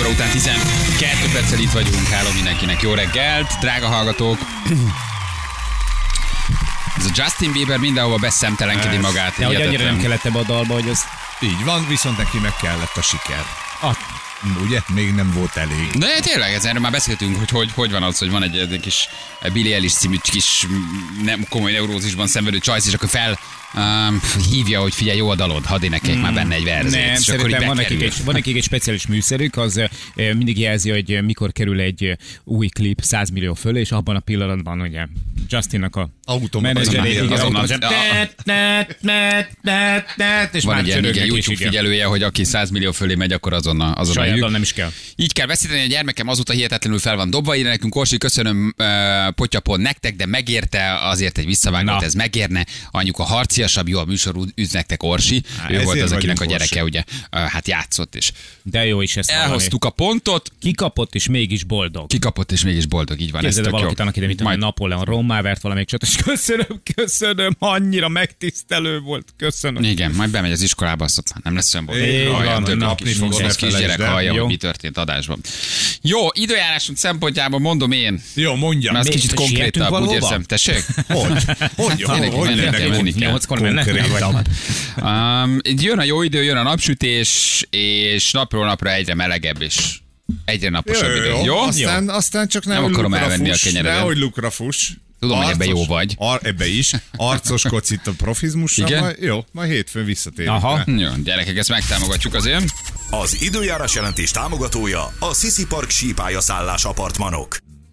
óra után 12 perccel itt vagyunk. Háló mindenkinek, jó reggelt, drága hallgatók. Ez a Justin Bieber mindenhova beszemtelenkedi magát. De hogy annyira nem kellett ebbe a dalba, hogy az... Így van, viszont neki meg kellett a siker. Ugye? Még nem volt elég. De tényleg, erről már beszéltünk, hogy van az, hogy van egy kis Billie Eilish című kis nem komoly neurózisban szenvedő csajsz, és akkor hívja, hogy figyelj, jó a dalod, hadd énekeljek már benne egy verzét. Nem, szerintem van nekik egy speciális műszerük, az mindig jelzi, hogy mikor kerül egy új klip 100 millió fölé, és abban a pillanatban ugye Justinnak a menedzseré, és van már egy ilyen csörögnek YouTube figyelője, hogy aki 100 millió fölé megy, akkor azonnal saját nem is kell. Így kell veszíteni, a gyermekem azóta hihetetlenül fel van dobva, ide nekünk Orsi, köszönöm potyapon nektek, de megérte azért egy visszavágót, ez megérne. Anyuka harciasabb, jó a műsor, üz nektek Orsi. Ő volt az, akinek a gyereke ugye hát játszott is. De jó is ezt elhoztuk a pontot. Kikapott és mégis boldog. Kikapott és mégis boldog, így van. Képzeld el valakit annak idején, mint Napóleon Rómmá vert valamelyik csatát, és köszönöm, annyira megtisztelő volt, köszönöm. Igen, majd bemegy az iskolába, azt nem lesz olyan boldog. Több kisgyerek hallja, hogy mi történt adásban. Jó, időjárásunk szempontjából mondom én. Jó, mondjam. Mert az kicsit konkrétabb, úgy érzem. Tessék? Hogy lennek 8-kor mennek? Jön a jó idő, jön a napsütés, és napról napra egyre melegebb, és egyre naposabb idő. Jó? Aztán csak nem akarom elvenni a kenyeredet. Nehogy lukra fuss. Tudom, hogy ebben jó vagy. Ebbe is. Arcoskodsz itt a profizmussal. Jó, majd hétfőn visszatérünk. Aha. Jó, gyerekek, ezt megtámogatjuk azért. Az időjárás jelentés támogatója a Sisi Park sípályaszállás apartmanok.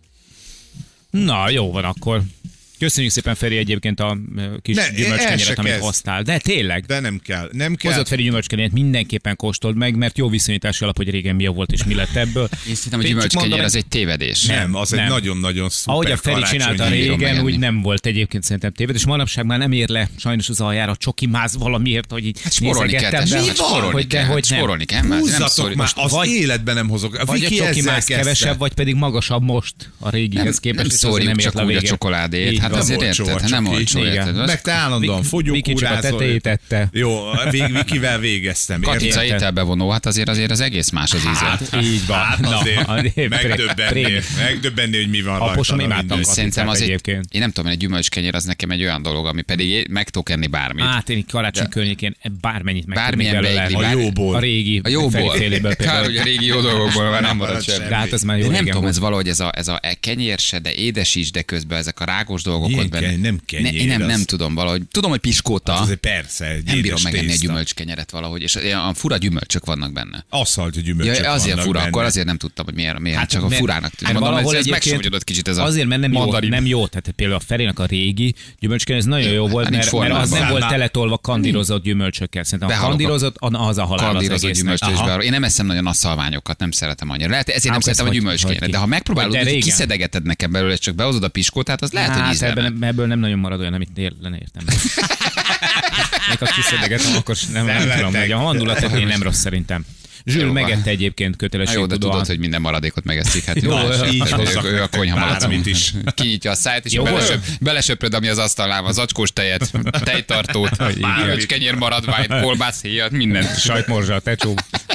Na, jó van akkor. Köszönjük szépen, Feri, egyébként a kis gyümölcskenyeret, amit hoztál. De tényleg. De nem kell. Hozott Feri gyümölcskenyeret, mindenképpen kóstold meg, mert jó viszonyítási alap, hogy régen mi volt és mi lett ebből. Én szerintem, hogy gyümölcskenyer az egy tévedés. Nem, az egy nagyon-nagyon szuper. Ahogy a Feri csinálta régen, úgy nem volt egyébként szerintem tévedés. Manapság már nem ér le sajnos az aljára a csoki máz valamiért, hogy így nézegettem. Spórolni kell. Húzzatok már, az életben nem hozok. Vagy a csoki máz kevesebb, vagy pedig magasabb most a régihez képest. Nem szórjuk csak úgy a csokoládét. Hát azért érted, nem olcsó, érted. Meg te állandóan fogyókúrázol. Jó, Vikivel végeztem. Katica ételbevonó, hát azért az egész más az íze. Hát így van. Hát azért megdöbbenni, hogy mi van rajta. Aposom imádtam Szerintem azért, én nem tudom, egy gyümölcskenyér az nekem egy olyan dolog, ami pedig meg tudok enni bármit. Hát én karácsony környékén bármennyit meg tudnék belőle. A jóból. A régi. A jóból. Kár, hogy a régi jó dolgokból már nem marad semmi. Hát ez már jó. Nem tudom, ez valahogy ez a kenyér se, de édes is, de közben ezek a rágos dolgok ott benne. Nem kenyér. Én nem tudom valahogy. Tudom, hogy piskóta. Az azért persze. Nem bírom megenni a gyümölcskenyeret valahogy, és a fura gyümölcsök vannak benne. Aszalt gyümölcsök vannak azért fura, benne. akkor azért nem tudtam, hogy miért hát csak a furának tűnik. Mondom, ez megsavanyodott kicsit ez a azért, mert nem jó. Tehát például a Ferének a régi gyümölcskenyér, ez nagyon jó volt, mert az nem volt teletolva kandírozott gyümölcsökkel. Szerintem a kandírozott az a halál az egésznek. Én nem eszem nagyon asszalványokat, nem szeretem annyira. Lehet, ezért nem szeretem a gyümölcskenyeret, de ha megpróbálod, hogy kiszedegeted nekem belőle, és csak behozod a piskótát, az lehet, hogy ízlem. Ebből nem nagyon marad olyan, amit lenne értem. Még ha kiszedegetem, akkor nem tudom, hogy a handulatot én nem rossz szerintem. Zsül megette egyébként kötelességtudóan. Jó, de tudod, hogy minden maradékot megeszik. Hát ő a konyhamalac is. Kinyitja a szájt, és belesöpröd, ami az asztalnál van, az acskós tejet, tejtartót, gyümölcskenyér maradványt, kolbász, héjat, mindent. Sajtmorzsa, tecsó.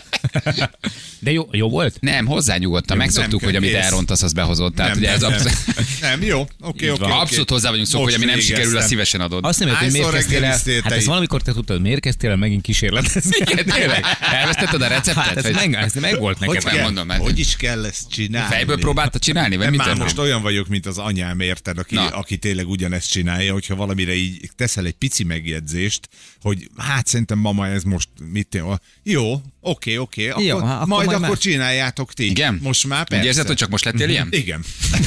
De jó volt? Nem, hozzányugodtan. Megszoktuk, hogy amit elrontasz, az behozott. Tehát ugye ez nem, jó, oké. Abszolút hozzá vagyunk szokva, hogy ami nem sikerül, azt szívesen adod. Azt nem értem, hogy miért kezdtél el. Hát ezt valamikor te tudtad, miért kezdtél el megint kísérletezni. Igen, tényleg. Elvesztetted a receptet? Hát ez meg volt nekem. Hogy is kell ezt csinálni? Fejből próbáltad csinálni? Vagy már most olyan vagyok, mint az anyám, érted, aki tényleg ugyanezt csinálja, hogyha valamire így teszel egy pici megjegyzést, hogy hát szerintem mama ez most mit jó, oké, majd akkor csináljátok ti. Igen? Most már persze. Úgy érzed, hogy csak most lettél ilyen? Igen.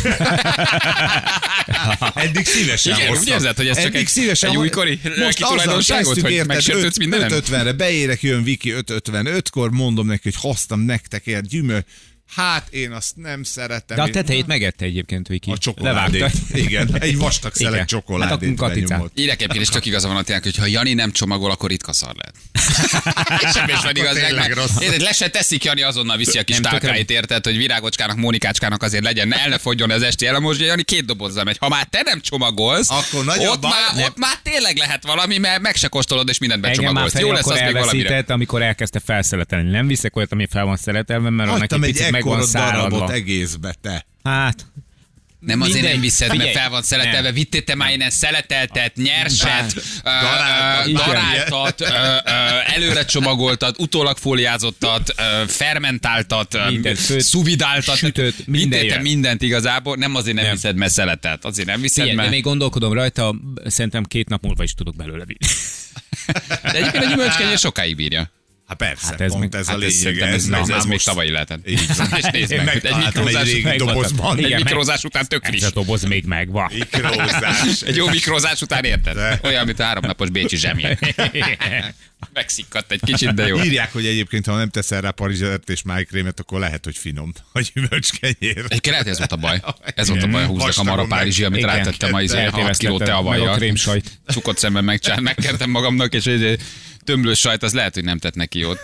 Eddig szívesen hoztam. Úgy érzed, hogy ez csak egy újkori lelki tulajdonságot, hogy megsértődsz mindenem? 5:50-re beérek, jön Viki 5:55-kor, mondom neki, hogy hoztam nektek gyümölcs. Hát én azt nem szeretem. De a tetejét megette egyébként, Viki. A csokoládét. Igen, egy vastag szelet csokoládét. Hát Írek egyébként is tök igaza van Attilának, hogy ha Jani nem csomagol, akkor ritka szar lehet. Semmi is van igaz. Érted, le se teszik, Jani azonnal viszi a kis tálkáit, érted, hogy Virágocskának, Mónikácskának azért legyen, el ne fogjon az esti elemos, Jani 2 dobozzal megy. Ha már te nem csomagolsz, akkor ott már tényleg lehet valami, mert meg se kóstolod, és mindent becsomagolsz. Jó lesz az még valamire. Amikor elkezdte felszeletelni. Nem viszek olyat, ami fel van szeletelve, mert annak egy picit meg van száradva. Egészbe, te. Hát... Nem azért nem viszed, mert fel van szeletelve. Vittél te már innen szeleteltet, nyerset, daráltat, előre csomagoltat, utólag fóliázottat, fermentáltat, szuvidáltat. Sütőt, mindent igazából. Nem azért nem viszed, mert szeletelt. Azért nem viszed, mert... De még gondolkodom rajta, szerintem 2 nap múlva is tudok belőle vinni. De egyébként a gyümölcskenyér sokáig bírja. Hát persze, hát ez a lényege. Ez még tavalyi lehetett. És nézd meg, egy mikrózás után tök friss. Ez a doboz még megvan. Mikrózás. Egy jó mikrózás után érted? Olyan, mint a 3 napos bécsi zsemje. Megszikkadt egy kicsit, de jó. Írják, hogy egyébként, ha nem teszel rá parizsert és májkrémet, akkor lehet, hogy finom a gyümölcskenyér. Egyébként lehet, ez volt a baj. Ez volt a baj, húznak a mara párizsi, amit rátettem a 6 kiló teavajjal. Cukott szemben megkertem magamnak, és tömlős sajt, az lehet, hogy nem tett neki jót.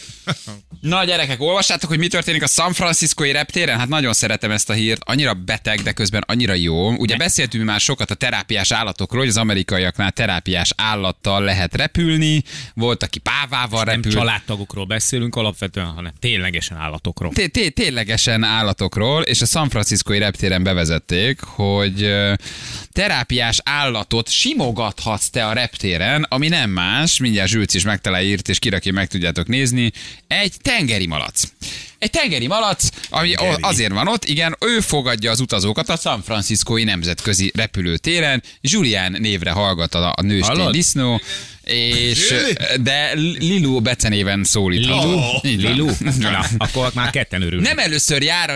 Na gyerekek, olvassátok, hogy mi történik a San Franciscói reptéren? Hát nagyon szeretem ezt a hírt, annyira beteg, de közben annyira jó. Ugye beszéltünk már sokat a terápiás állatokról, hogy az amerikaiaknál terápiás állattal lehet repülni, volt, aki pávával repül. Nem családtagokról beszélünk alapvetően, hanem ténylegesen állatokról. Ténylegesen állatokról, és a San Franciscói reptéren bevezették, hogy terápiás állatot simogathatsz te a reptéren, ami nem más, mindjárt Zsülc is írt, és kiraki meg tudjátok nézni, egy tengeri malac. Egy tengeri malac, ami azért van ott, igen, ő fogadja az utazókat a San Franciscói nemzetközi repülőtéren, Julián névre hallgat a nőstény disznó, és de Lilu becenéven szólítható. Lilu? Na, akkor már ketten örülnek. Nem először jár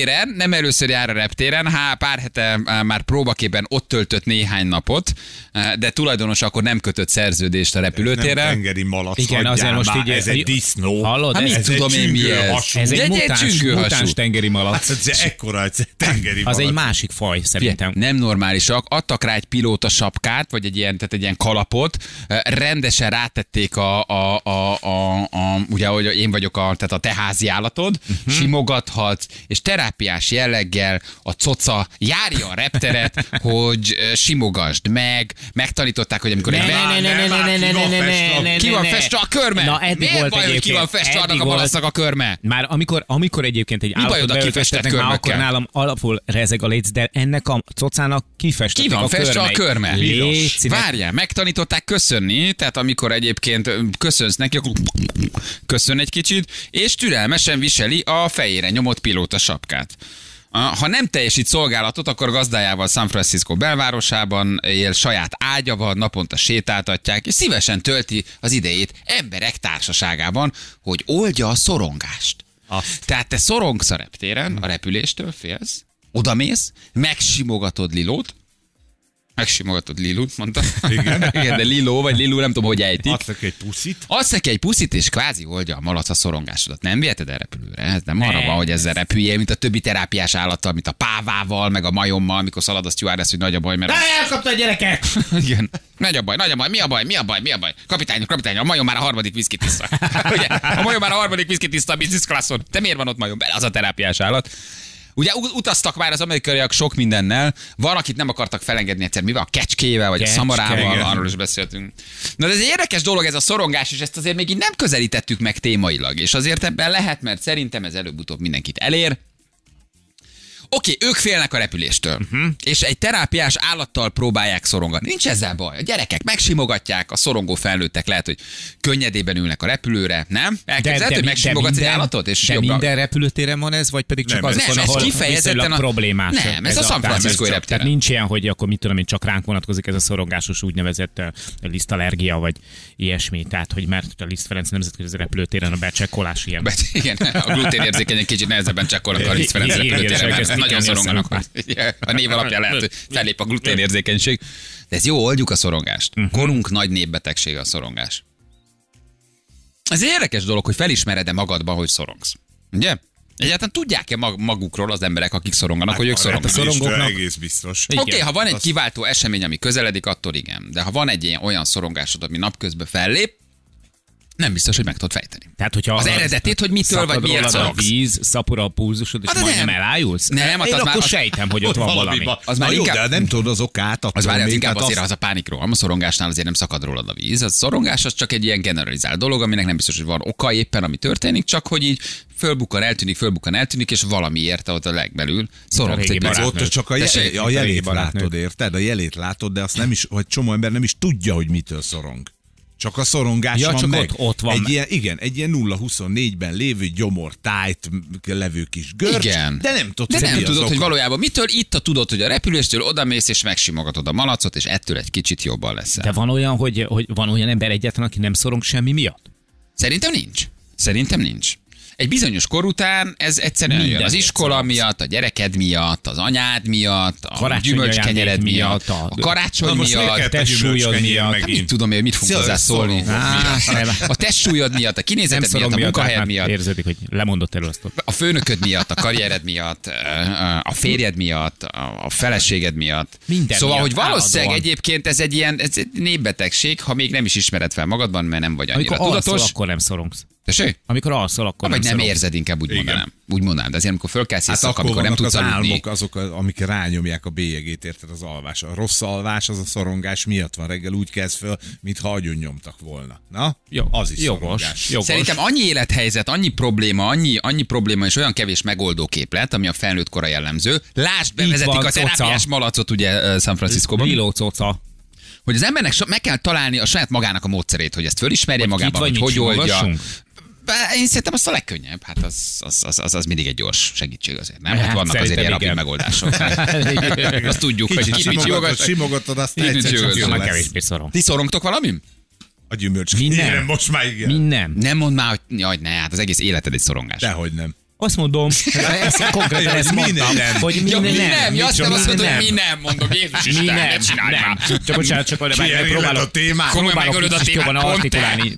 a reptéren, pár hete már próbaképpen ott töltött néhány napot, de tulajdonos akkor nem kötött szerződést a repülőtérrel. Nem tengeri malac. Igen, azért most így ez egy disznó. Hallod? Hát mit tudom én mi ez? Ez egy mutáns tengeri malac. Ez ekkora egy tengeri malac. Az egy másik faj szerintem. Nem normálisak. Adtak rá egy pilóta sapkát, vagy egy ilyen kalapot, rendesen rátették ugye, hogy én vagyok tehát a te házi állatod, simogathatsz, és terápiás jelleggel a coca járja a repteret, hogy simogasd meg, megtanították, hogy amikor ki van festve a körme? Miért baj, hogy ki van festve annak a malasznak a körme? Már amikor egyébként egy állatot beültetnek, már akkor nálam alapul rezeg a léc, de ennek a cocának kifestettek ki van a festve a körme? Várjál, megtanították köszönni, tehát amikor egyébként köszönsz neki, akkor köszön egy kicsit, és türelmesen viseli a fejére nyomott pilóta sapkát. Ha nem teljesít szolgálatot, akkor gazdájával San Francisco belvárosában él, saját ágya van, naponta sétáltatják, és szívesen tölti az idejét emberek társaságában, hogy oldja a szorongást. Tehát te szorongsz a reptéren, a repüléstől félsz, odamész, megsimogatod Lilót, mondta. Igen, de Lilo, vagy Lilu, nem tudom, hogy ejtik. Adsz neki egy puszit, és kvázi oldja a malac a szorongásodat. Nem viheted el repülőre? Ez nem arra van, hogy ezzel repüljél, mint a többi terápiás állattal, mint a pávával, meg a majommal, mikor szalad a stewardess, hogy nagy a baj, mert... Elkapta a gyereket! Igen. Nagy a baj, mi a baj? Kapitány, a majom már a 3. viszkit iszta. Ugye? A majom már a 3. viszkit iszta a business classon. Te miért van ott majom? Az a terápiás állat. Ugye utaztak már az amerikaiak sok mindennel, van, akit nem akartak felengedni egyszer, mivel a kecskével, vagy a szamarával, arról is beszéltünk. Na de ez egy érdekes dolog ez a szorongás, és ezt azért még így nem közelítettük meg témailag, és azért ebben lehet, mert szerintem ez előbb-utóbb mindenkit elér. Oké, ők félnek a repüléstől, és egy terápiás állattal próbálják szorongatni. Nincs ezzel baj. A gyerekek megsimogatják, a szorongó felnőttek lehet, hogy könnyedében ülnek a repülőre, nem? Elképzelhető, hogy megsimogatsz egy állatot, és jobbra. Minden repülőtéren van ez, vagy pedig csak azokon, ahol viszonylag problémás? Nem, ez a San Franciscói reptéren. Tehát nincs ilyen, hogy akkor mit tudom én, csak ránk vonatkozik ez a szorongásos úgynevezett lisztallergia, vagy ilyesmi. Tehát, hogy mert a Liszt Ferenc nemzetközi repülőtéren a becsekkolás ilyen. Igen, a gluténérzékeny egy kicsit nehezebben csekkolnak a Liszt Ferenc repülőtéren. Nagyon szoronganak. A név alapján lehet, hogy fellép a gluténérzékenység. De ez jó, oldjuk a szorongást. Korunk nagy népbetegsége a szorongás. Ez egy érdekes dolog, hogy felismered-e magadban, hogy szorongsz. Ugye? Egyáltalán tudják-e magukról az emberek, akik szoronganak, hogy ők szoronganak? Egész biztos. Oké, ha van egy kiváltó esemény, ami közeledik, attól igen. De ha van egy olyan szorongásod, ami napközben fellép, nem biztos, hogy meg tudod fejteni. Tehát, hogyha az eredetét, hogy mitől vagy miért szorongsz. A víz, szapora a pulzusod, és majdnem elájulsz? Nem, én akkor sejtem, hogy ott van valami. Az már inkább, de nem tudod az okát. Az inkább azért az a pánikroham. A szorongásnál azért nem szakad rólad a víz. A szorongás az csak egy ilyen generalizált dolog, aminek nem biztos, hogy van oka éppen, ami történik, csak hogy így fölbukkan, eltűnik, és valamiért ott a legbelül szorongsz egy picit. Ott csak a jelét látod, érted? A jelét látod, de azt nem is, hogy csomó ember nem is tudja, hogy mitől szorong. Csak a szorongás van csak meg. Ott van egy ilyen 0-24-ben lévő gyomor, tájt levő kis görcs, igen. De nem tudod, de nem tudod, hogy valójában mitől. Itt a tudod, hogy a repüléstől odamész és megsimogatod a malacot, és ettől egy kicsit jobban leszel. De van olyan, hogy van olyan ember egyáltalán, aki nem szorong semmi miatt? Szerintem nincs. Egy bizonyos kor után ez egyszerűen jön. Az iskola miatt, a gyereked miatt, az anyád miatt, a gyümölcskenyered miatt, a karácsony miatt, a testsúlyod miatt. Mit tudom én, hogy mit fog hozzászólni. A testsúlyod miatt, a kinézeted miatt, a munkahelyed miatt. Érződik, hogy lemondott erről azt. A főnököd miatt, a karriered miatt, a férjed miatt, a feleséged miatt. Minden szóval, miatt, hogy valószínűleg egyébként ez egy népbetegség, ha még nem is ismered fel magadban, mert nem vagy annyira tudatos. Amikor akkor nem szorongsz. Tessék? Amikor alszol, akkor vagy nem érzed, inkább úgy mondanám. Úgy mondanám, de azért amikor fölkelsz éjszaka, amikor nem tudsz aludni. Álmok azok, amik rányomják a bélyegét, érted, az alvás. A rossz alvás az a szorongás miatt van. Reggel úgy kezd föl, mintha agyon nyomtak volna. Na? Jó, az is szorongás. Jogos. Szerintem annyi élethelyzet, annyi probléma és olyan kevés megoldó képlet, ami a felnőtt kora jellemző. Lásd, bevezetik a terápiás malacot ugye San Franciscóban. Lilócoca. Hogy az embernek meg kell találni a saját magának a módszerét, hogy ezt fölismerje magában, hogy oldja. Én szerintem azt a legkönnyebb. Hát az mindig egy gyors segítség azért, nem? Hát vannak azért ilyen rapid megoldások. Azt tudjuk, hogy kicsit simogatod, azt egyszer csak jó lesz. Ti szorongtok valamin? A gyümölcskéren most már igen. Nem mondd már, hogy jaj, ne, hát az egész életed egy szorongás. Dehogy nem. Azt mondom, konkrétan ezt mondtam, hogy minden nem. Ja, azt nem azt mondod, hogy mi nem, mondom, Jézus Isten, ne csinálj már. Csak bocsánat, csak megpróbálok kicsit jobban artikulálni.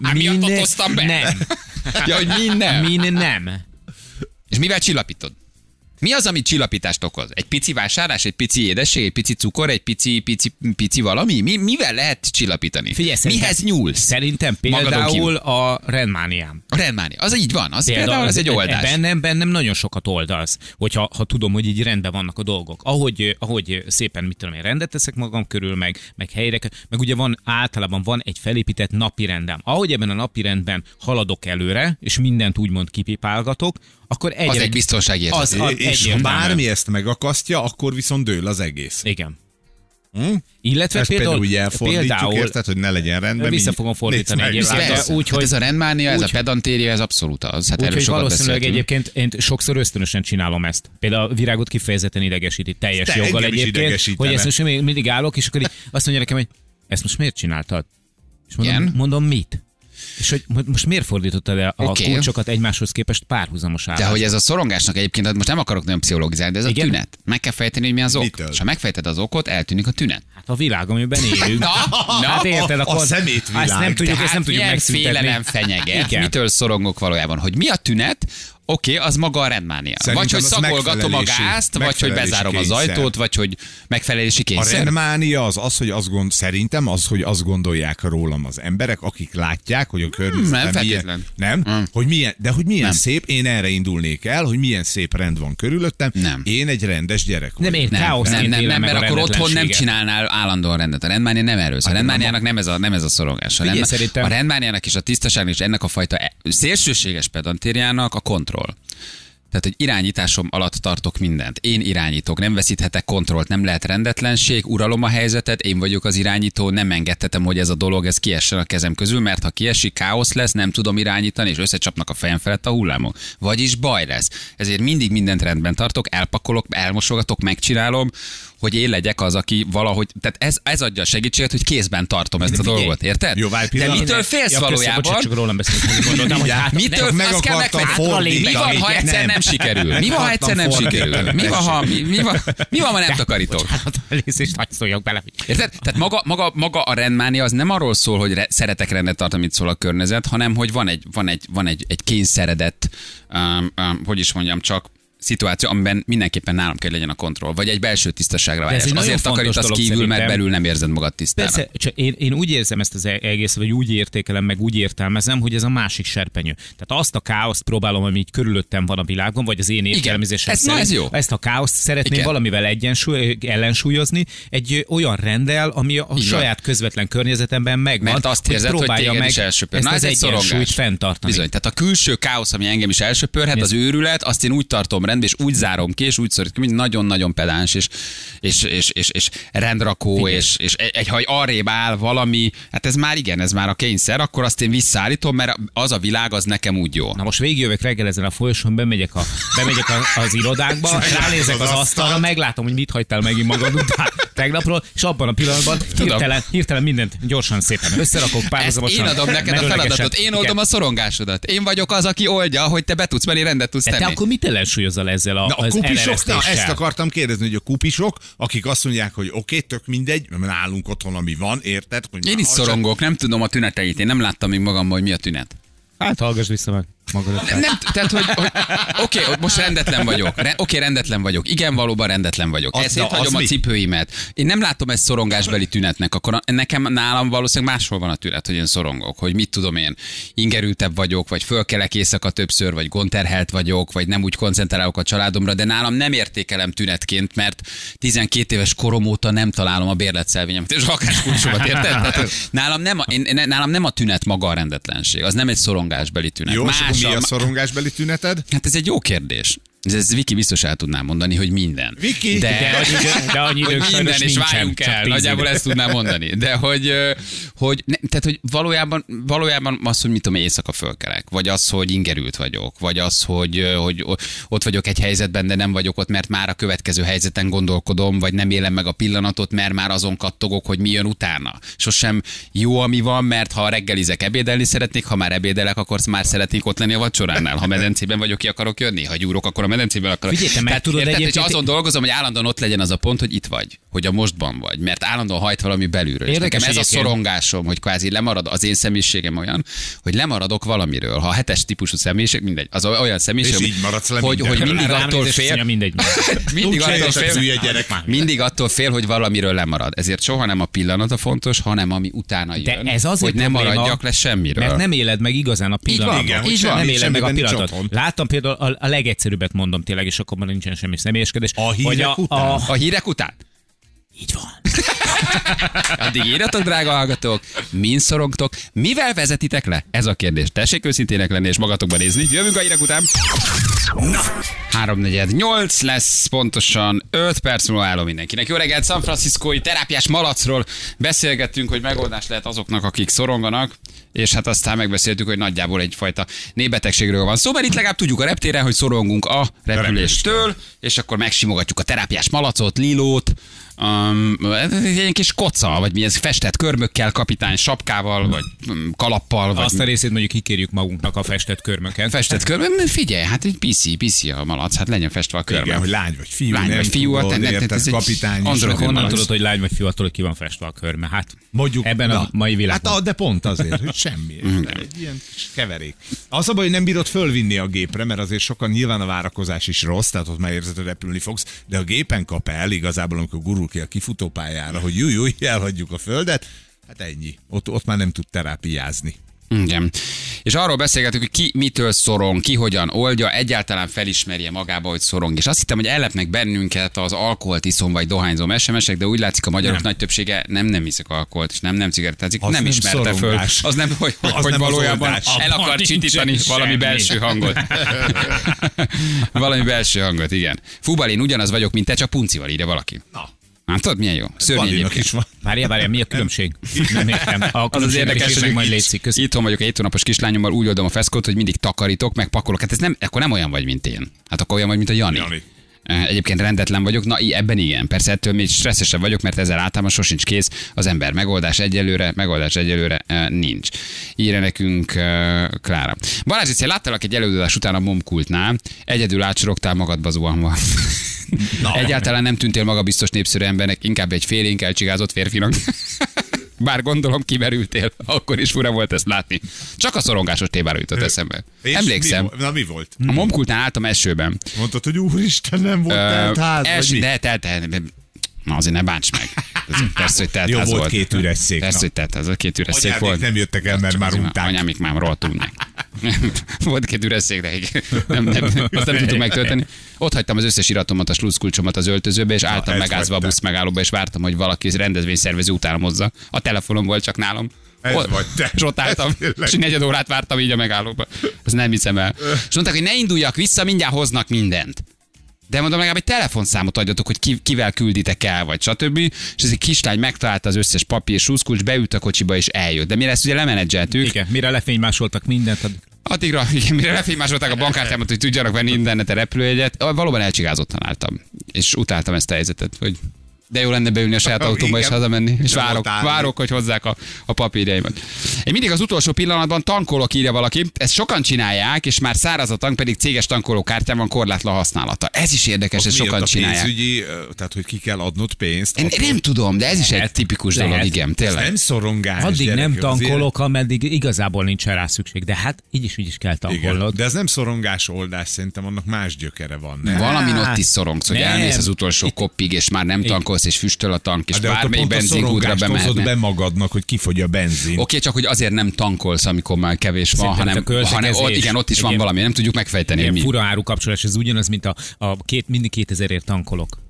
Nem. Ja, hogy mi nem. És mivel csillapítod? Mi az, ami csillapítást okoz? Egy pici vásárlás, egy pici édesség, egy pici cukor, egy pici valami? Mivel lehet csillapítani? Figyelj, mihez nyúlsz? Szerintem például a rendmániám. A rendmánia, az így van, az például ez egy oldás. Bennem nagyon sokat oldasz, hogyha tudom, hogy így rendben vannak a dolgok. Ahogy szépen, mit tudom én, rendet teszek magam körül, meg helyre, meg ugye általában van egy felépített napirendem. Ahogy ebben a napirendben haladok előre, és mindent úgymond kipipálgatok, akkor az egy biztonságérzet. És ha bármi ezt megakasztja, akkor viszont dől az egész. Igen. Illetve ezt például úgy elfordítjuk, érted, hogy ne legyen rendben. Vissza fogom fordítani egyébként. Ez a rendmánia, ez a pedantéria, ez abszolút az. Hát úgyhogy valószínűleg egyébként én sokszor ösztönösen csinálom ezt. Például a Virágot kifejezetten idegesíti, teljes joggal egyébként, hogy ezt most mindig állok, és akkor azt mondja nekem, hogy ezt most miért csináltad? És mondom mit? És hogy most miért fordítottad el a kulcsokat egymáshoz képest párhuzamos állásba? De hogy ez a szorongásnak egyébként, most nem akarok nagyon pszichológizálni, de ez a tünet. Meg kell fejteni, hogy mi az ok. És ha megfejted az okot, eltűnik a tünet. Hát a világ, amiben élünk. Hát érted, akkor a szemétvilág. Ezt nem tudjuk megszüntetni. Félelem fenyeget. Mitől szorongok valójában? Hogy mi a tünet? Oké, az maga a rendmánia. Vagy hogy szagolgatom a gázt, vagy hogy bezárom az ajtót, vagy hogy megfelelési kényszer. A rendmánia az, hogy szerintem az, hogy azt gondolják rólam az emberek, akik látják, hogy a környezetem milyen. Nem? Hogy milyen szép, én erre indulnék el, hogy milyen szép rend van körülöttem. Nem. Én egy rendes gyerek vagyok. Nem, mert akkor otthon nem csinálnál állandóan rendet. A rendmánia nem erről szól. A rendmániának nem ez a szorongás. A rendmániának és a tisztaságnak és ennek a fajta szélsőséges pedantériának a kontroll. Tehát, hogy irányításom alatt tartok mindent. Én irányítok, nem veszíthetek kontrollt, nem lehet rendetlenség, uralom a helyzetet, én vagyok az irányító, nem engedhetem, hogy ez a dolog ez kiessen a kezem közül, mert ha kiesik, káosz lesz, nem tudom irányítani, és összecsapnak a fejem felett a hullámok. Vagyis baj lesz. Ezért mindig mindent rendben tartok, elpakolok, elmosogatok, megcsinálom, hogy én legyek az, aki valahogy, tehát ez adja a segítséget, hogy kézben tartom ezt a dolgot, érted? Jó, de mitől félsz valójában? Csak rólam beszélni, gondoltam, hogy mitől meg akartam fordítani. Mi van, ha egyszer nem nem sikerül? Mi van, ha egyszer nem sikerül? Mi van, ha nem takarítok? És hagy szóljak bele. Érted? Tehát maga a rendmánia az nem arról szól, hogy szeretek rendet tartani, amit szól a környezet, hanem hogy van egy kényszeredett, hogy is mondjam, csak szituáció, amiben mindenképpen nálam kell legyen a kontroll, vagy egy belső tisztaságra vágyás. Azért takarítasz kívül, mert belül nem érzed magad tisztára. Persze, csak én úgy érzem ezt az egész, vagy úgy értékelem, meg úgy értelmezem, hogy ez a másik serpenyő. Tehát azt a káoszt próbálom, ami így körülöttem van a világon, vagy az én értelmezésem szerint, ezt a káoszt szeretném valamivel ellensúlyozni, egy olyan renddel, ami a saját közvetlen környezetemben megvan. Mert azt érzed, hogy téged is elsöpör. Na, ez egy egyensúlyt fenntartani. Bizony, tehát a külső káosz, ami engem is elsöpörhet, az őrület, azt én úgy tartom rendben, és úgy zárom ki, és úgy szorít ki, nagyon-nagyon pedáns, és rendrakó, és ha arrébb áll valami, hát ez már a kényszer, akkor azt én visszaállítom, mert az a világ, az nekem úgy jó. Na most végigjövök reggel ezen a folyosón, bemegyek az irodákba, ránézek az asztalra, meglátom, hogy mit hagytál megint magad után tegnapról, és abban a pillanatban hirtelen mindent gyorsan szépen összerakok, párhuzamosan. Én adom neked a feladatot, én oldom a szorongásodat. Én vagyok az, aki oldja, hogy te be tudsz menni, rendet tudsz tenni. Te akkor mit ellensúlyozol ezzel az kupisok, ezt akartam kérdezni, hogy a kupisok, akik azt mondják, hogy oké, tök mindegy, mert nálunk otthon, ami van, érted? Én is szorongok, nem tudom a tüneteit, én nem láttam még magamban, hogy mi a tünet. Hát hallgass vissza meg magadat. Nem, tehát, hogy oké, most rendetlen vagyok. Rendetlen vagyok. Igen, valóban rendetlen vagyok. Ezért hagyom a cipőimet. Én nem látom ezt szorongásbeli tünetnek. Akkor nálam valószínűleg máshol van a tünet, hogy én szorongok. Hogy mit tudom én, ingerültebb vagyok, vagy fölkelek éjszaka többször, vagy gondterhelt vagyok, vagy nem úgy koncentrálok a családomra, de nálam nem értékelem tünetként, mert 12 éves korom óta nem találom a bérletszelvényemet és lakáskulcsomat, érted? Tehát, nálam nem a tünet maga a rendetlenség. Az nem egy szorongásbeli tünet. Jó, mi a szorongásbeli tüneted? Hát ez egy jó kérdés. Ez Viki biztos el tudná mondani, hogy minden. Viki? De annyi időnk minden, és váljunk el. Nagyjából ezt tudnám mondani. De tehát, hogy valójában az, hogy mit tudom, éjszaka fölkelek, vagy az, hogy ingerült vagyok, vagy az, hogy ott vagyok egy helyzetben, de nem vagyok ott, mert már a következő helyzeten gondolkodom, vagy nem élem meg a pillanatot, mert már azon kattogok, hogy mi jön utána. Sosem jó, ami van, mert ha reggelizek, ebédelni szeretnék, ha már ebédelek, akkor már szeretnék ott lenni a vacsoránál. Ha medencében vagyok, ki akarok jönni, ha gyúrok, akkor a medencében akarok. Figyelj, meg tudod egyébként... És azon dolgozom, hogy állandóan ott legyen az a pont, hogy itt vagy, hogy a mostban vagy, mert állandóan hajt valami belülről. És nekem ez a szorongásom, hogy kvázi lemarad, az én személyiségem olyan, hogy lemaradok valamiről. Ha 7-es típusú személyiség, mindegy, az olyan személyiség, hogy mindig attól fél, mindig attól fél, hogy valamiről lemarad. Ezért soha nem a pillanat a fontos, hanem ami utána jön. De ez azért hogy nem maradjak le semmiről. Mert nem éled meg igazán a pillanatot. Így van. Nem éled meg a pillanatot. Láttam például a legegyszerűbbet mondom tényleg, és akkor már nincsen semmi személyeskedés. A hírek után? Így van. Addig írjatok, drága hallgatók, min szorongtok, mivel vezetitek le? Ez a kérdés. Tessék őszintének lenni és magatokba nézni. Jövünk a hírek után. 3:48 lesz, pontosan 5 perc múlva állom mindenkinek. Jó reggelt, San Franciscói terápiás malacról beszélgettünk, hogy megoldás lehet azoknak, akik szoronganak, és hát aztán megbeszéltük, hogy nagyjából egyfajta népbetegségről van szó, mert itt legalább tudjuk a reptéren, hogy szorongunk a repüléstől, és akkor megsimogatjuk a terápiás malacot, Lilót, egy kis koca, vagy mi ez, festett körmökkel, kapitány sapkával, vagy kalappal. Vagy azt a részét mondjuk kikérjük magunknak a festett körmöket. Festett körmök? Figyelj, hát egy piszi a malac, hát legyen festve a körmök. Igen, hogy lány vagy fiú. Lány vagy fiú, ez kapitány. Honnan tudod, hogy lány vagy fiú, attól, hogy ki van festve a körme? Hát mondjuk, ebben a mai világban. Hát de pont azért, hogy semmi. Egy ilyen keverék. Az a baj, hogy nem bírod fölvinni a gépre, mert azért sokan nyilván a várakozás is rossz, tehát ott már érzed, hogy repülni fogsz, de a gépen kap el igazából, amikor gurul ki a kifutópályára, hogy júj, elhagyjuk a földet, hát ennyi. Ott már nem tud terápiázni. Igen. És arról beszélgetünk, hogy ki mitől szorong, ki hogyan oldja, egyáltalán felismerje magába, hogy szorong. És azt hittem, hogy ellepnek bennünket az alkoholt iszom vagy dohányzom SMS-ek, de úgy látszik, a magyarok nagy többsége nem iszik alkoholt, és nem cigarettázik, nem ismerte föl. Az nem, hogy valójában el akar csitítani valami belső hangot. Valami belső hangot, igen. Fubalin ugyanaz vagyok, mint te, csak puncival, írja valaki. Hát tudod, milyen jó? Szörnyű is van. Várjál, mi a különbség? Nem értem. Az érdekes, hogy majd itthon vagyok egy 7 hónapos kislányommal, úgy oldom a feszkót, hogy mindig takarítok, meg pakolok. Hát ez nem, akkor nem olyan vagy, mint én. Hát akkor olyan vagy, mint a Jani. Egyébként rendetlen vagyok, na ebben igen. Persze ettől még stresszesebb vagyok, mert ezzel általában sosincs kész az ember. Megoldás egyelőre nincs. írja nekünk Klára. Balázs, egyszer láttalak egy előadás után a Momkultnál, egyedül átsorogtál magadba zuhanva. Egyáltalán nem tűntél magabiztos népszerű embernek, inkább egy félénk elcsigázott férfinak. Bár gondolom kimerültél, akkor is fura volt ezt látni. Csak a szorongásos témára jutott eszembe. Emlékszem. Mi volt? A Momkultnál álltam esőben. Mondtad, hogy úristen, nem volt telt ház, Na azért ne bánts meg. Persze, hogy telt ház volt. volt. 2 üres szék. Persze, hogy telt ház, 2 üres szék volt. Nem jöttek el, mert már unták. Anyámik már rohadtul meg. Volt 2 üres szék, de azt nem tudtuk megtölteni. Ott hagytam az összes iratomat, a sluszkulcsomat az öltözőbe, és álltam megázva a busz megállóba, és vártam, hogy valaki rendezvényszervező utánam hozza. A telefonom volt csak nálam. És ott álltam, és 4 órát vártam így a megállóba. Ezt nem hiszem el. És mondták, hogy ne induljak vissza, mindjárt hoznak mindent. De mondom, legalább egy telefonszámot adjatok, hogy kivel külditek el, vagy stb. És ez egy kislány megtalálta az összes papír, sluszkulcs, beült a kocsiba, és eljött. De mire ezt ugye lemenedzseltük. Igen, mire lefénymásoltak mindent. Addigra, igen, mire lefénymásolták a bankkártyámat, hogy tudjanak venni interneten repülőjegyet, valóban elcsigázottan álltam. És utáltam ezt a helyzetet, hogy de jó lenne beülni a saját autómba és hazamenni, és várok, hogy hozzák a papírjaimat. Én mindig az utolsó pillanatban tankolok, írja valaki, ezt sokan csinálják, és már száraz a tank, pedig céges tankolókártyán van korlátlan használata. Ez is érdekes, ezt sokan csinálják. Pénzügyi, tehát hogy ki kell adnod pénzt? Én nem tudom, de ez is egy tipikus dolog, igen, tényleg. Nem szorongás. Addig nem tankolok, ameddig igazából nincsen rá szükség, de hát így is kell tankolnod. Igen, de ez nem szorongás oldás, szerintem annak más gyökere van. Nem? Valamin ott is szorongsz, hogy elmész az utolsó koppig, és már nem tankolsz, és füstöl a tank, és bármelyik benzinkútra bemehetne. Be magadnak, hogy kifogy a benzin. Oké, csak hogy azért nem tankolsz, amikor már kevés van, hanem ott is van valami, nem tudjuk megfejteni, hogy mi. Fura áru kapcsolás, ez ugyanaz, mint mindig 2000-ért tankolok.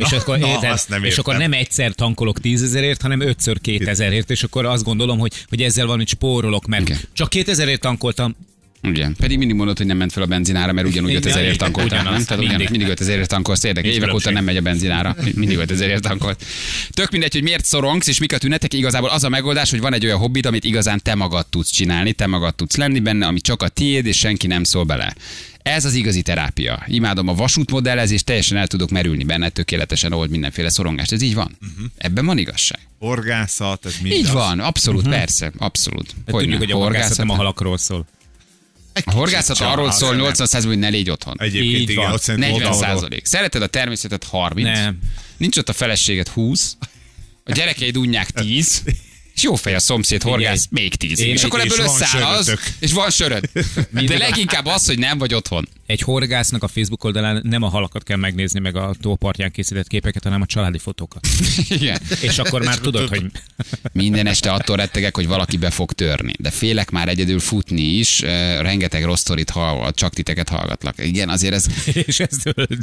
És akkor nem egyszer tankolok 10 000-ért, hanem 5-ször 2000-ért, és akkor azt gondolom, hogy ezzel valamit spórolok, mert csak 2000-ért tankoltam. Igen, pedig mindig mondod, hogy nem ment fel a benzinára, mert ugyanúgy 5000-ért tankoltál, nem? Tehát mindig 5000-ért tankolsz, érdekes. Évek óta nem megy a benzinára, mindig 5000-ért tankolt. Tök mindegy, hogy miért szorongsz, és mik a tünetek, igazából az a megoldás, hogy van egy olyan hobbid, amit igazán te magad tudsz csinálni, te magad tudsz lenni benne, ami csak a tiéd, és senki nem szól bele. Ez az igazi terápia. Imádom a vasútmodellezést, teljesen el tudok merülni benne, tökéletesen old mindenféle szorongást. Ez így van. Ebben van igazság. Horgászat, ez mind. Így van, abszolút, persze, abszolút. Tudjuk, hogy a horgászat nem a halakról szól. A horgászat arról szól 80%, hogy ne légy otthon. Egyébként igen, 40%. Szereted a természetet 30. Nem. Nincs ott a feleséget 20. A gyerekeid unják 10. És jó fej a szomszéd horgász, még 10. És akkor ebből összeáll az, és van söröd. De leginkább az, hogy nem vagy otthon. Egy horgásznak a Facebook oldalán nem a halakat kell megnézni, meg a tópartján készített képeket, hanem a családi fotókat. Igen. És akkor már tudod, hogy... Minden este attól rettegek, hogy valaki be fog törni. De félek már egyedül futni is, rengeteg rossz sztorit csak titeket hallgatlak. Igen, azért ez... És ez...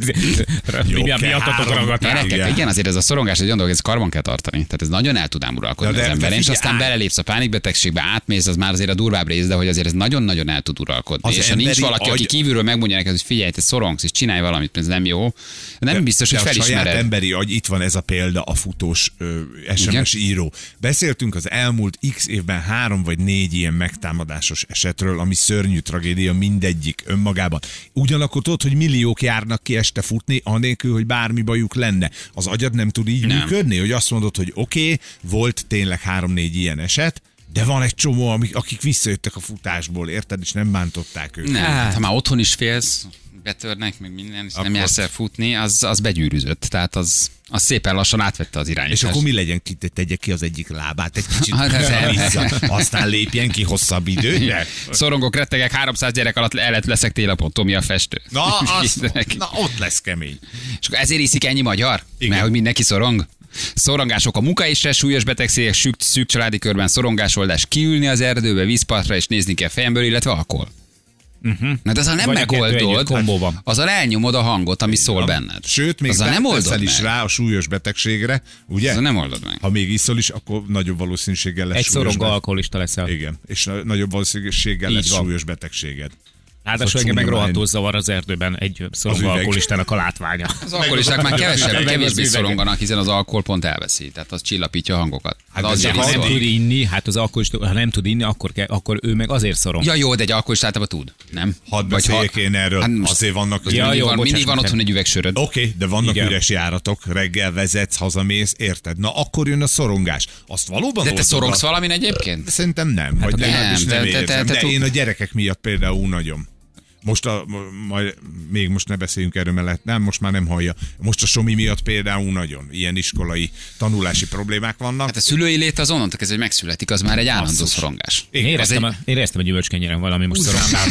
miattatok ragadtál. Igen, azért ez a szorongás egy olyan dolog, ez karban kell tartani. Tehát ez nagyon el tud ám uralkodni az ember. És aztán belelépsz a pánikbetegségbe, átmész, az már azért a durvább rész, de hogy azért ez nagyon-nagyon el tud uralkodni. És ha nincs valaki, aki kívülről megmondja neked, hogy figyelj, te szorongsz, és csinálj valamit, ez nem jó. Nem biztos, hogy felismered. A saját emberi agy, itt van ez a példa, a futós SMS író. Beszéltünk az elmúlt x évben 3 vagy 4 ilyen megtámadásos esetről, ami szörnyű tragédia mindegyik önmagában. Ugyanakkor tudod, hogy milliók járnak ki este futni, anélkül, hogy bármi bajuk lenne. Az agyad nem tud így működni, hogy azt mondod, hogy oké, volt tényleg 3-4 ilyen eset, de van egy csomó, akik visszajöttek a futásból, érted, és nem bántották őket. Nem, ha már otthon is félsz, betörnek, meg minden, és akkor nem jársz el futni, az begyűrűzött. Tehát az szépen lassan átvette az irányítást. És akkor mi legyen, tegye ki az egyik lábát egy kicsit, aztán lépjen ki hosszabb időre? Szorongok, rettegek, 300 gyerek alatt leszek télapon, Tomi a festő. Na, ott lesz kemény. És akkor ezért iszik ennyi magyar? Igen. Mert hogy mindenki szorong? Szorongások a munka és súlyos betegségek, szűk családi körben szorongásoldás, kiülni az erdőbe, vízpartra és nézni kell fejemből, illetve alkohol. Na de azzal nem megoldod, azzal elnyomod a hangot, ami szól benned. Sőt, még nem teszel is rá a súlyos betegségre, ugye? Azzal nem oldod meg. Ha még iszol is, akkor nagyobb valószínűséggel lesz egy szorongó alkoholista leszel. Igen, és nagyobb valószínűséggel lesz súlyos betegséged. Ráadásul engem meg rohadtul zavar az erdőben egy szorongó alkoholistának a látványa. Az alkoholisták már kevésbé szoronganak, hiszen az alkohol pont elveszi. Tehát az csillapítja a hangokat. Hát ha nem tud inni, hát az alkoholista, ha nem tud inni, akkor ő meg azért szorong. Ja jó, de egy alkoholista általában tud, nem? Hadd beszéljek én erről. Hát azért vannak... Mindig van otthon egy üvegsöröd. Oké, de vannak üres járatok, reggel vezetsz, hazamész, érted? Na akkor jön a szorongás. Azt valóban. De te szorongsz valamin egyébként? Szerintem nem. Vagy legalábbis nem érzem. De én a gyerekek miatt például nagyon. Még most ne beszéljünk erről, mert nem, most már nem hallja. Most a Somi miatt például nagyon ilyen iskolai tanulási problémmek vannak. Hát a szülői lét az onnantól kezdve, hogy megszületik, az már egy állandó szorongás. Én éreztem a gyümölcskenyéren valami most szorongál,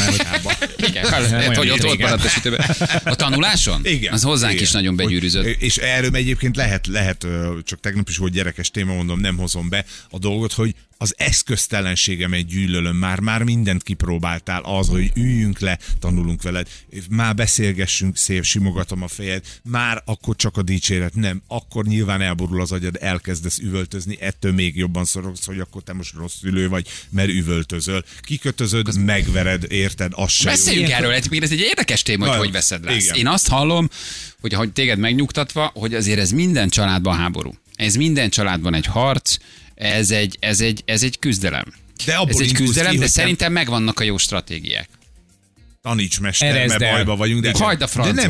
mert hogy ott maradt a sütőben. A tanuláson? Igen. Az hozzánk is nagyon begyűrűzött. És erről egyébként lehet, csak tegnap is volt gyerekes téma, mondom, nem hozom be a dolgot, hogy az eszköztelenségemet gyűlölöm, már mindent kipróbáltál, az, hogy üljünk le, tanulunk veled, már beszélgessünk, szép, simogatom a fejed, már akkor csak a dicséret, nem, akkor nyilván elborul az agyad, elkezdesz üvöltözni, ettől még jobban szorogsz, hogy akkor te most rossz szülő vagy, mert üvöltözöl. Kikötözöd, megvered, érted, az se beszéljünk erről, ez egy érdekes téma, hogy veszed lesz. Igen. Én azt hallom, hogy ahogy téged megnyugtatva, hogy azért ez minden családban háború. Ez minden családban egy harc, ez egy küzdelem. Ez egy küzdelem, de szerintem megvannak a jó stratégiák. Taníts mester, mert bajba vagyunk. De hagyd a francot.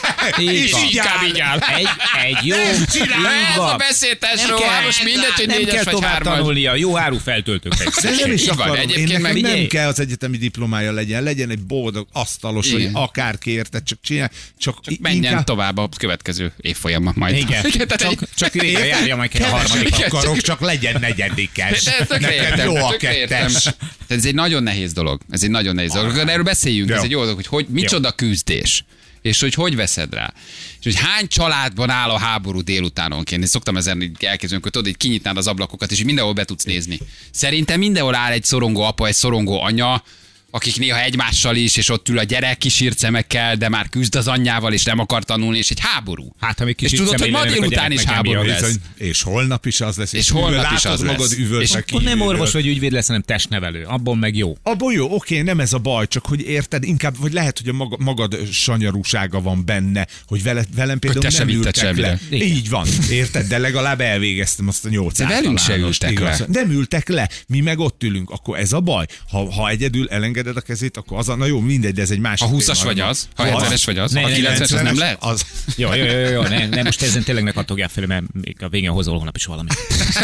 És így áll. Egy jó. Ez a beszéltesről, most mindegy, hogy 4-es vagy 3-as. Nem kell tovább tanulnia, jó áru feltöltőknek. Nem is akarom. Én nem kell az egyetemi diplomája legyen egy boldog asztalos, hogy akárki érted, csak csinálj. Csak menjen tovább a következő évfolyamban majd. Igen. Csak végre járja majd a harmadik. Akarok, csak legyen negyedikes. Nekem jó a kettes. Ez egy nagyon nehéz dolog. Erről beszéljünk. Ez egy jó dolog, hogy micsoda küzdés. És hogy veszed rá. És hogy hány családban áll a háború délutánonként. Én szoktam ezen elkezdeni, hogy tudod, hogy kinyitnád az ablakokat, és mindenhol be tudsz nézni. Szerintem mindenhol áll egy szorongó apa, egy szorongó anya, akik néha egymással is, és ott ül a gyerek kisírt szemekkel, de már küzd az anyjával, és nem akar tanulni, és egy háború. Hát, ha még és tudod, hogy ma délután is háború lesz. És holnap is az lesz. És holnap is az lesz. És akkor nem orvos vagy ügyvéd lesz, hanem testnevelő. Abban meg jó. Abban jó, oké, nem ez a baj, csak hogy érted, inkább, vagy lehet, hogy a magad sanyarúsága van benne, hogy velem például nem ültek le. Így van, érted, de legalább elvégeztem azt a 800 de velünk se ültek le. Nem ültek le, mi meg ott ülünk, akkor ez a baj. Ha egyedül elengeded a kezét, akkor az na jó, mindegy, de ez egy másik. A 20-as vagy az, ha 70-es vagy az, a 90-es az nem lehet? Jó, nem, most ezen tényleg ne kattogják fel, mert még a végén hozol holnap is valami.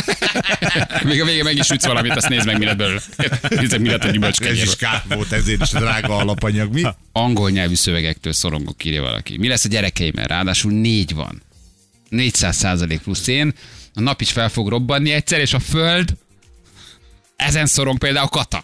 Még a végén meg is ütsz valamit, azt nézd meg, mi lett belőle. Nézd mi lett a gyümölcskenyéről. Ez is kár volt, ezért is drága alapanyag, mi? Angol nyelvű szövegektől szorongok, írja valaki. Mi lesz a gyerekeimmel? Ráadásul 4 van. 400% plusz én. A nap is fel fog robbanni egyszer, és a föld ezen szorong például Kata.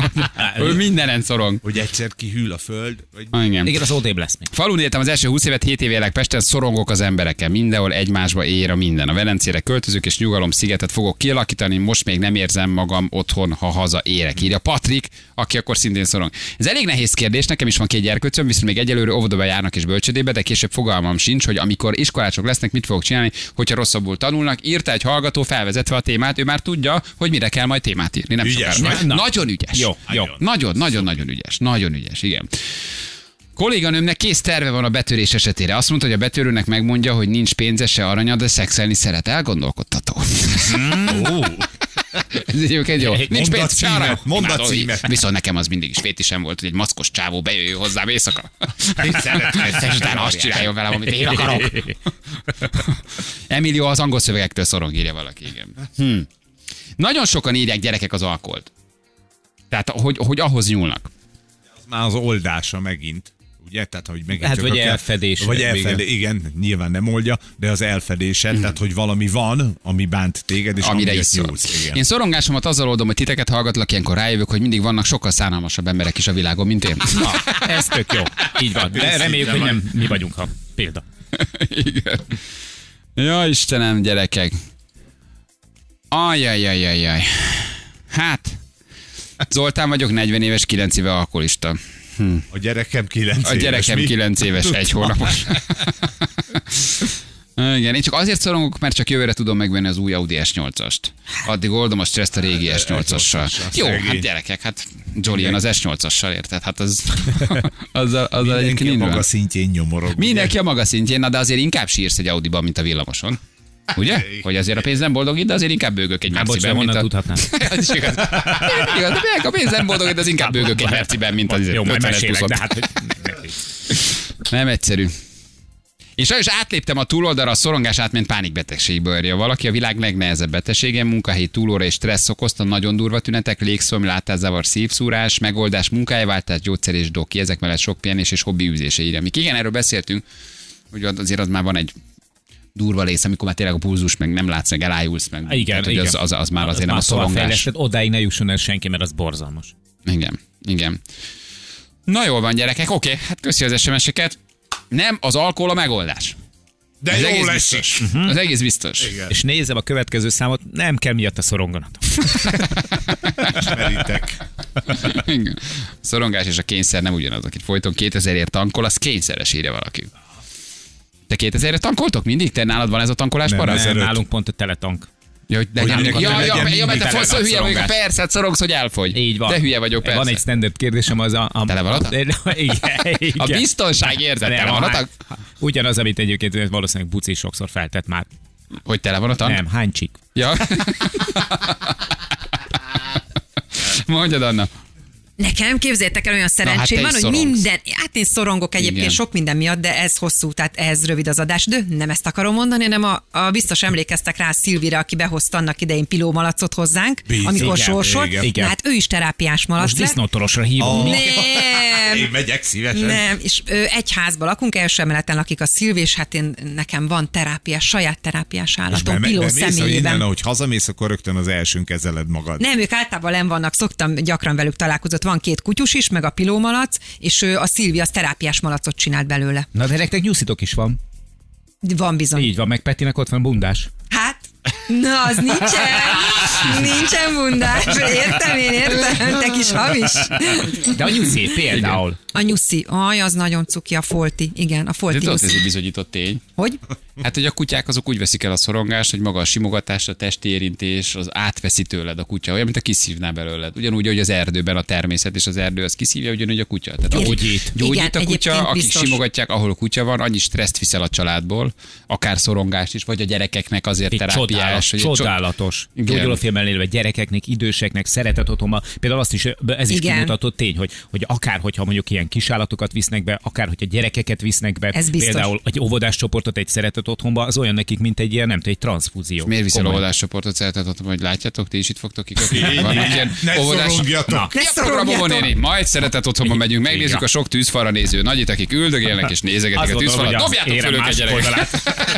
Ő mindenen szorong. Hogy egyszer kihűl a föld. Vagy... Igen, az odébb lesz még. Falun éltem az első 20 évet, 7 év élek Pesten, szorongok az embereken. Mindenhol egymásba ér a minden. A Velencére költözök és nyugalom szigetet fogok kialakítani, most még nem érzem magam otthon, ha haza érek. Írja Patrik, aki akkor szintén szorong. Ez elég nehéz kérdés, nekem is van 2 gyerkőcöm, viszont még egyelőre óvodába járnak és bölcsödébe, de később fogalmam sincs, hogy amikor iskolások lesznek, mit fogok csinálni, hogyha rosszabbul tanulnak. Írta egy hallgató felvezetve a témát, ő már tudja, hogy mire kell majd témát írni. Nem ügyes, nagyon ügyes. Jó. Nagyon ügyes. Nagyon ügyes, igen. Kolléganőmnek kész terve van a betörés esetére. Azt mondta, hogy a betörőnek megmondja, hogy nincs pénze se aranya, de szexelni szeret. Elgondolkodtató. Ez egyébként jó. Nincs pénz se aranya. Mondd a címet. Viszont nekem az mindig is fétisem volt, hogy egy mackos csávó bejöjjön hozzám éjszaka. És utána azt csináljon velem, amit én akarok. Emilio az angol szövegektől szorong, írja valaki, igen. Nagyon sokan írják gyerekek az alkoholt. Tehát, hogy ahhoz nyúlnak. Az már az oldása megint. Ugye? Tehát, hogy megint hát, vagy elfedés. Vagy elfedés, igen, nyilván nem oldja, de az elfedése, tehát, hogy valami van, ami bánt téged, és amire is nyúlsz. Én szorongásomat azzal oldom, hogy titeket hallgatlak, ilyenkor rájövök, hogy mindig vannak sokkal szánalmasabb emberek is a világon, mint én. Na, ez tök jó. Így van. De reméljük, hogy nem mi vagyunk a példa. Igen. Ja, Istenem, gyerekek. Ajjajjajjajjaj. Hát, Zoltán vagyok, 40 éves, 9 éve alkoholista. A gyerekem 9 éves. A gyerekem 9 éves, 1 hónapos. Igen, én csak azért szorongok, mert csak jövőre tudom megvenni az új Audi S8-ast. Addig oldom a stresszt a régi S8-assal. Jó, hát gyerekek, hát Jolly jön az S8-assal, érted? Hát azzal mindenki a maga szintjén nyomorog. Mindenki a maga szintjén, na de azért inkább sírsz egy Audiban, mint a villamoson. Ugye? Hogy azért a pénz nem boldogít, de azért inkább bőgök egy Merciben, mint a... tudhatnám. Az is igaz. Igaz, de a pénz nem boldogít, de az inkább bőgök egy Merciben, mint az 50-es pluszot. Nem egyszerű. És sajnos átléptem a túloldalra, a szorongás átment pánikbetegségből. Írja valaki, a világ legnehezebb betegsége, munkahelyi túlóra és stressz okozta, nagyon durva tünetek, légszom, látászavar, szívszúrás, megoldás, munkahelyváltás, gyógyszer és doki. Ezek mellett sok pihenés és hobbi űzése, írja. Mik igen, erről beszéltünk, hogy azért az már van egy durva rész, amikor már tényleg a pulzus meg nem látsz, meg elájulsz, meg igen, tehát, igen. Az már azért nem a szorongás. Odáig ne jusson el senki, mert az borzalmas. Igen. Na jól van, gyerekek, oké, hát köszi az SMS-eket. Nem, az alkohol a megoldás. De ez jó lesz. Az egész biztos. Igen. És nézem a következő számot, nem kell miatt a szoronganat. Ismeritek. Igen. A szorongás és a kényszer nem ugyanaz, akit folyton 2000-ért tankol, az kényszeres, írja valaki. Te 2000-re tankoltok mindig? Te nálad van ez a tankolás parasz? Nem, nálunk pont a teletank. Ja, mert te foszol, hülye vagyok, persze, hát szorongsz, hogy elfogy. Így van. De hülye vagyok, persze. Van egy standard kérdésem, az a... Tele van igen. A biztonság érzete van a ugyanaz, amit egyébként valószínűleg Buci sokszor feltett már. Hogy tele van a tank? Nem, hány csík? Ja. Mondjad, Anna. Nekem képzeljétek el, olyan szerencsém van, hogy minden, hát én szorongok egyébként igen. Sok minden miatt, de ez hosszú, tehát ez rövid az adás, de nem ezt akarom mondani, hanem a biztos emlékeztek rá Szilvire, aki behozta annak idején pilómalacot hozzánk, amikor sorsot. Igen. Hát ő is terápiás malac. Most disznótorosra hívom. Nem. Én megyek szívesen. Nem, és egy házban lakunk, első emeleten lakik a Szilvi, és hát nekem van saját terápiás állatom, piló személyében. Innen, ahogy hazamész, akkor rögtön az elsőn kezeled magad. Nem, ők általában len vannak, szoktam gyakran velük találkozott. Van 2 kutyus is, meg a pilómalac, és a Szilvi az terápiás malacot csinált belőle. Na de nektek nyuszitok is van. Van bizony. Így van, meg Petinek ott van bundás. Hát, na az nincsen bundás, értem, te kis hamis. De a nyuszi például. Igen. A nyuszi, az nagyon cuki, a folti, igen, a folti nyuszi. Ez egy bizonyított tény. Hogy? Hát, hogy a kutyák azok úgy veszik el a szorongást, hogy maga a simogatás, a testi érintés, az átveszi tőled a kutya, olyan, mint a kiszívná belőled. Ugyanúgy, hogy az erdőben a természet és az erdő az kiszívja, ugyanúgy a kutya. Tehát gyógyít a kutya, akik simogatják, ahol kutya van, annyi stresszt viszel a családból, akár szorongást is, vagy a gyerekeknek azért terápiás. Csodálatos. Gyógyulófilmben élve gyerekeknek, időseknek, szeretet otthonban. Például azt is, ez is kimutatott tény, hogy akár, hogyha mondjuk ilyen kisállatokat visznek be, akár, hogyha gyerekeket visznek be, például egy óvodás csoportot egy szeretet otthonba, az olyan nekik, mint egy ilyen, nem tudom, egy transzfúzió. És miért viszel óvodás csoportot, szeretet otthonba, hogy látjátok, ti is itt fogtok kikötni? Ne szorongjatok! Ne szorongjatok! Majd szeretet otthonba megyünk, megnézzük a sok tűzfalra néző nagyit, akik üldögélnek és nézegetik a tűzfalat. Dobjátok föl őket, gyerekek!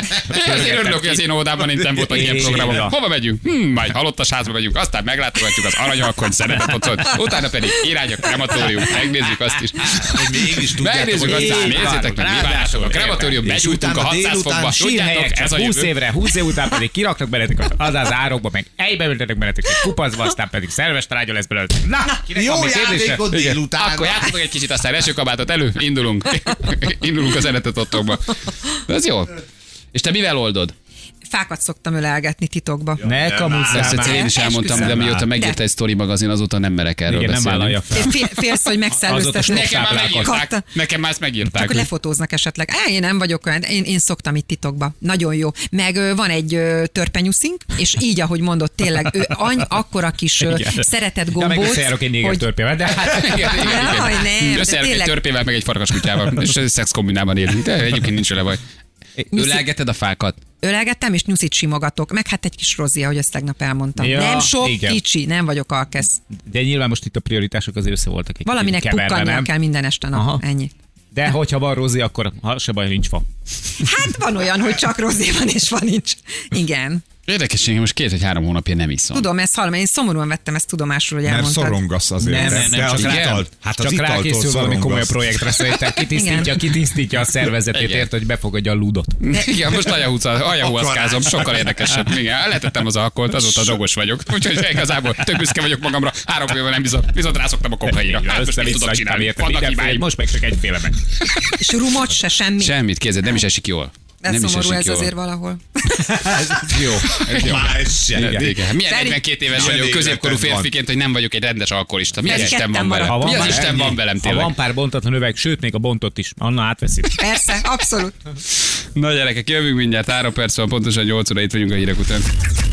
Én örülök, hogy az én óvodában nem voltak ilyen programok. Hova megyünk? Majd halottas házba megyünk, aztán meglátogatjuk az aranyalkony szeretet otthon, utána pedig irány a krematórium, megnézzük azt is. Megnézzük aztán, nézzétek meg, mi várjátok a krematórium, begyújtunk a 600 fokba. Sírhelyek, ez 20 évre, 20 év után pedig kiraknak beletek az árokba, meg egybeültetek beletek egy kupacba, aztán pedig szerves trágya lesz belőle. Na, jó játékot délután. Akkor játszatok egy kicsit, aztán esőkabátot elő, indulunk. Indulunk a szeretet otthonba. Ez jó. És te mivel oldod? Fákat szoktam ölelgetni titokba. Ne kamuzzál már. Ezt én is elmondtam, de mióta megírta egy Story magazin, azóta nem merek erről beszélni. Nem vállalja fel. Félsz, hogy megszellőztesnek. Nekem már ezt megírták. Csak lefotóznak esetleg. Én nem vagyok olyan, én szoktam itt titokba. Nagyon jó. Meg van egy törpenyuszink, és így, ahogy mondott, tényleg akkora kis szeretett gombóc. Ja, meg összejárok egy néger törpével, de hát... Összejárok egy törpével, meg egy farkaskutyával, és szexkombinában élünk, de egyébként nincs vele baj. Ölelgeted a fákat? Ölelgettem, és nyuszit simogatok. Meg hát egy kis rozia, hogy ezt tegnap elmondtam. Ja, nem sok, igen. Kicsi, nem vagyok alkesz. De nyilván most itt a prioritások azért össze voltak egy valaminek pukkannia kell minden este nap. Ennyi. De hogyha van rozi, akkor se baj, nincs fa. Hát van olyan, hogy csak rozé van, és van nincs. Igen. Érdekes, hogy most 2 vagy 3 hónapja nem iszom. Tudom, ezt hallom, én szomorúan vettem ezt tudomásul, hogy elmondtad. Mert szorongasz azért. Nem, csak rákészül valami komoly projektre, szerintem kitisztítja a szervezetét, ért, hogy befogadja a ludot. Igen, most ajahuaszkázom, sokkal érdekesebb. Igen, letettem az alkoholt, azóta drogos vagyok. Úgyhogy igazából tök büszke vagyok magamra, 3 éve nem viszont rászoktam a kokainra. Hát most mit tudok csinálni? Most meg csak egyféle meg. És rumot se, semmi. Semmit, kézed, nem is esik jól. Ez szomorú ez azért valahol. ez jó. Milyen 42 éves vagyok középkorú férfiként, hogy nem vagyok egy rendes alkoholista. Mi az Isten van velem? Mi az Isten van velem tényleg? Ha van pár bontatlan üveg, sőt, még a bontott is. Anna átveszi. Persze, abszolút. Na gyerekek, jövünk mindjárt, 3 perc van, pontosan 8 óra, itt vagyunk a hírek után.